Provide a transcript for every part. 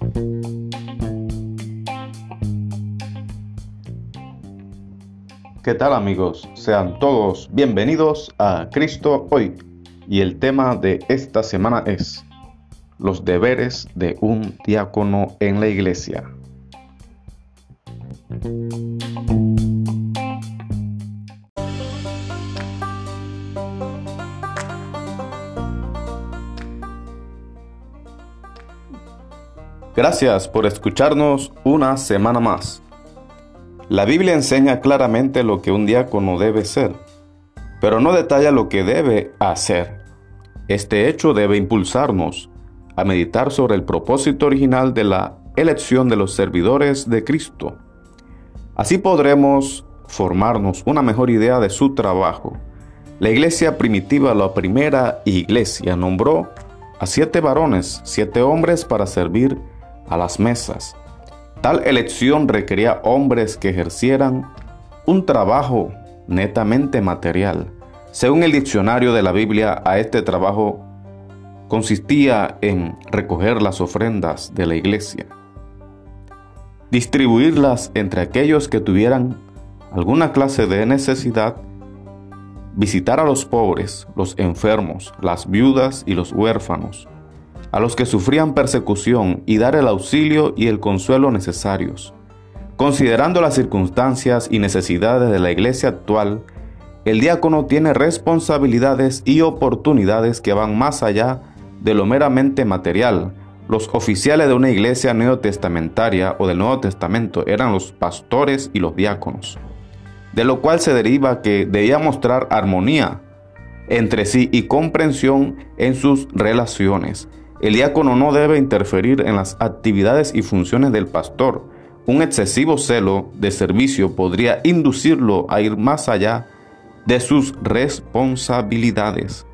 ¿Qué tal, amigos? Sean todos bienvenidos a Cristo Hoy, y el tema de esta semana es los deberes de un diácono en la iglesia. Gracias por escucharnos una semana más. La Biblia enseña claramente lo que un diácono debe ser, pero no detalla lo que debe hacer. Este hecho debe impulsarnos a meditar sobre el propósito original de la elección de los servidores de Cristo. Así podremos formarnos una mejor idea de su trabajo. La iglesia primitiva, la primera iglesia, nombró a 7 varones, 7 hombres para servir a las mesas. Tal elección requería hombres que ejercieran un trabajo netamente material. Según el diccionario de la Biblia, a este trabajo consistía en recoger las ofrendas de la iglesia, distribuirlas entre aquellos que tuvieran alguna clase de necesidad, visitar a los pobres, los enfermos, las viudas y los huérfanos, a los que sufrían persecución, y dar el auxilio y el consuelo necesarios. Considerando las circunstancias y necesidades de la iglesia actual, el diácono tiene responsabilidades y oportunidades que van más allá de lo meramente material. Los oficiales de una iglesia neotestamentaria o del Nuevo Testamento eran los pastores y los diáconos, de lo cual se deriva que debía mostrar armonía entre sí y comprensión en sus relaciones. El diácono no debe interferir en las actividades y funciones del pastor. Un excesivo celo de servicio podría inducirlo a ir más allá de sus responsabilidades,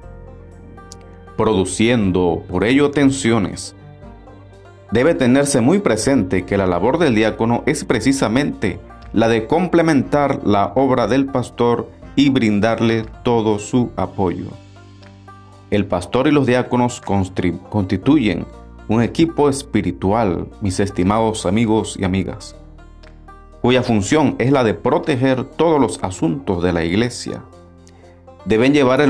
produciendo por ello tensiones. Debe tenerse muy presente que la labor del diácono es precisamente la de complementar la obra del pastor y brindarle todo su apoyo. El pastor y los diáconos constituyen un equipo espiritual, mis estimados amigos y amigas, cuya función es la de proteger todos los asuntos de la iglesia. Deben llevar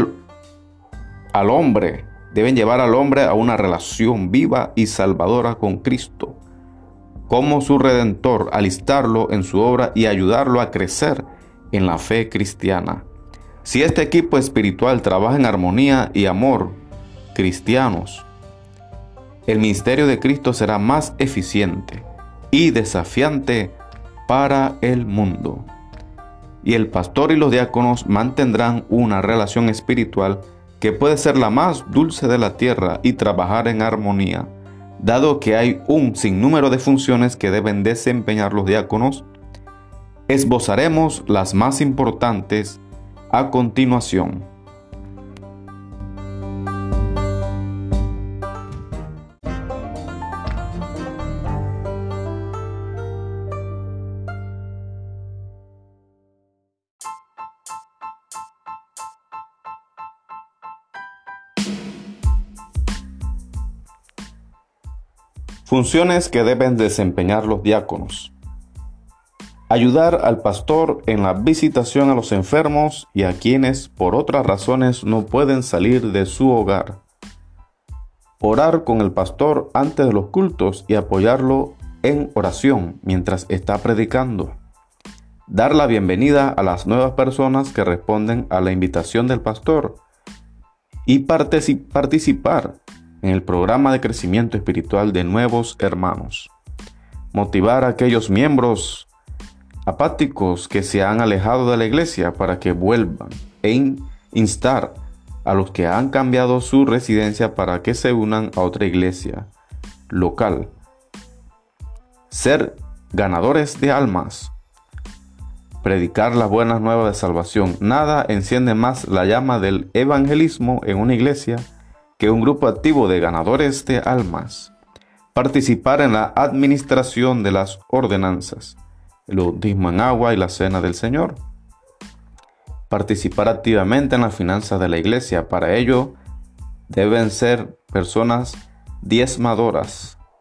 al hombre a una relación viva y salvadora con Cristo, como su Redentor, alistarlo en su obra y ayudarlo a crecer en la fe cristiana. Si este equipo espiritual trabaja en armonía y amor cristianos, el ministerio de Cristo será más eficiente y desafiante para el mundo. Y el pastor y los diáconos mantendrán una relación espiritual que puede ser la más dulce de la tierra y trabajar en armonía. Dado que hay un sinnúmero de funciones que deben desempeñar los diáconos, esbozaremos las más importantes a continuación. Funciones que deben desempeñar los diáconos: ayudar al pastor en la visitación a los enfermos y a quienes por otras razones no pueden salir de su hogar. Orar con el pastor antes de los cultos y apoyarlo en oración mientras está predicando. Dar la bienvenida a las nuevas personas que responden a la invitación del pastor y participar en el programa de crecimiento espiritual de nuevos hermanos. Motivar a aquellos miembros apáticos que se han alejado de la iglesia para que vuelvan, e instar a los que han cambiado su residencia para que se unan a otra iglesia local. Ser ganadores de almas. Predicar las buenas nuevas de salvación. Nada enciende más la llama del evangelismo en una iglesia que un grupo activo de ganadores de almas. Participar en la administración de las ordenanzas, el bautismo en agua y la cena del Señor. Participar activamente en las finanzas de la iglesia. Para ello deben ser personas diezmadoras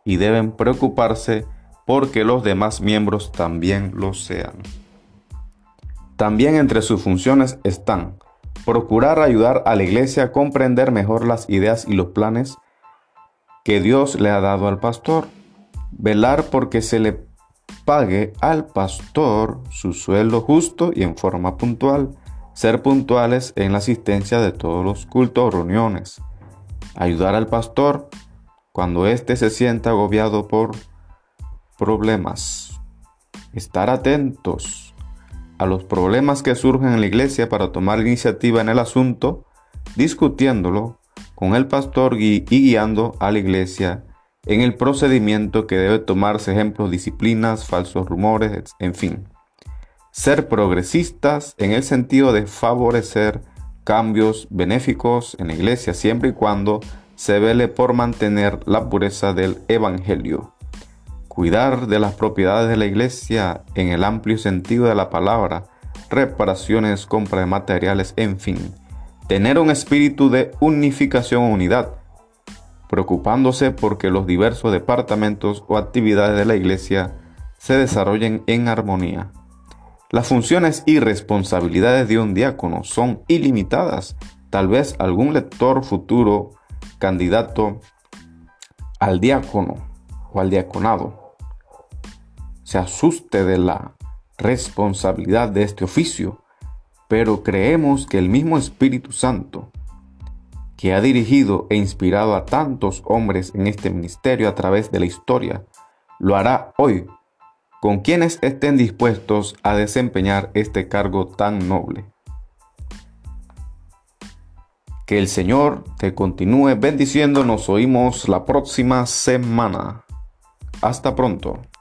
y deben preocuparse porque los demás miembros también lo sean. También entre sus funciones están procurar ayudar a la iglesia a comprender mejor las ideas y los planes que Dios le ha dado al pastor, velar porque se le pague al pastor su sueldo justo y en forma puntual, ser puntuales en la asistencia de todos los cultos o reuniones, ayudar al pastor cuando éste se sienta agobiado por problemas, estar atentos a los problemas que surgen en la iglesia para tomar iniciativa en el asunto, discutiéndolo con el pastor y guiando a la iglesia en el procedimiento que debe tomarse, ejemplos, disciplinas, falsos rumores, en fin. Ser progresistas en el sentido de favorecer cambios benéficos en la iglesia siempre y cuando se vele por mantener la pureza del evangelio. Cuidar de las propiedades de la iglesia en el amplio sentido de la palabra, reparaciones, compra de materiales, en fin. Tener un espíritu de unificación o unidad, preocupándose porque los diversos departamentos o actividades de la iglesia se desarrollen en armonía. Las funciones y responsabilidades de un diácono son ilimitadas. Tal vez algún lector futuro candidato al diácono o al diaconado se asuste de la responsabilidad de este oficio, pero creemos que el mismo Espíritu Santo, que ha dirigido e inspirado a tantos hombres en este ministerio a través de la historia, lo hará hoy con quienes estén dispuestos a desempeñar este cargo tan noble. Que el Señor te continúe bendiciendo. Nos oímos la próxima semana. Hasta pronto.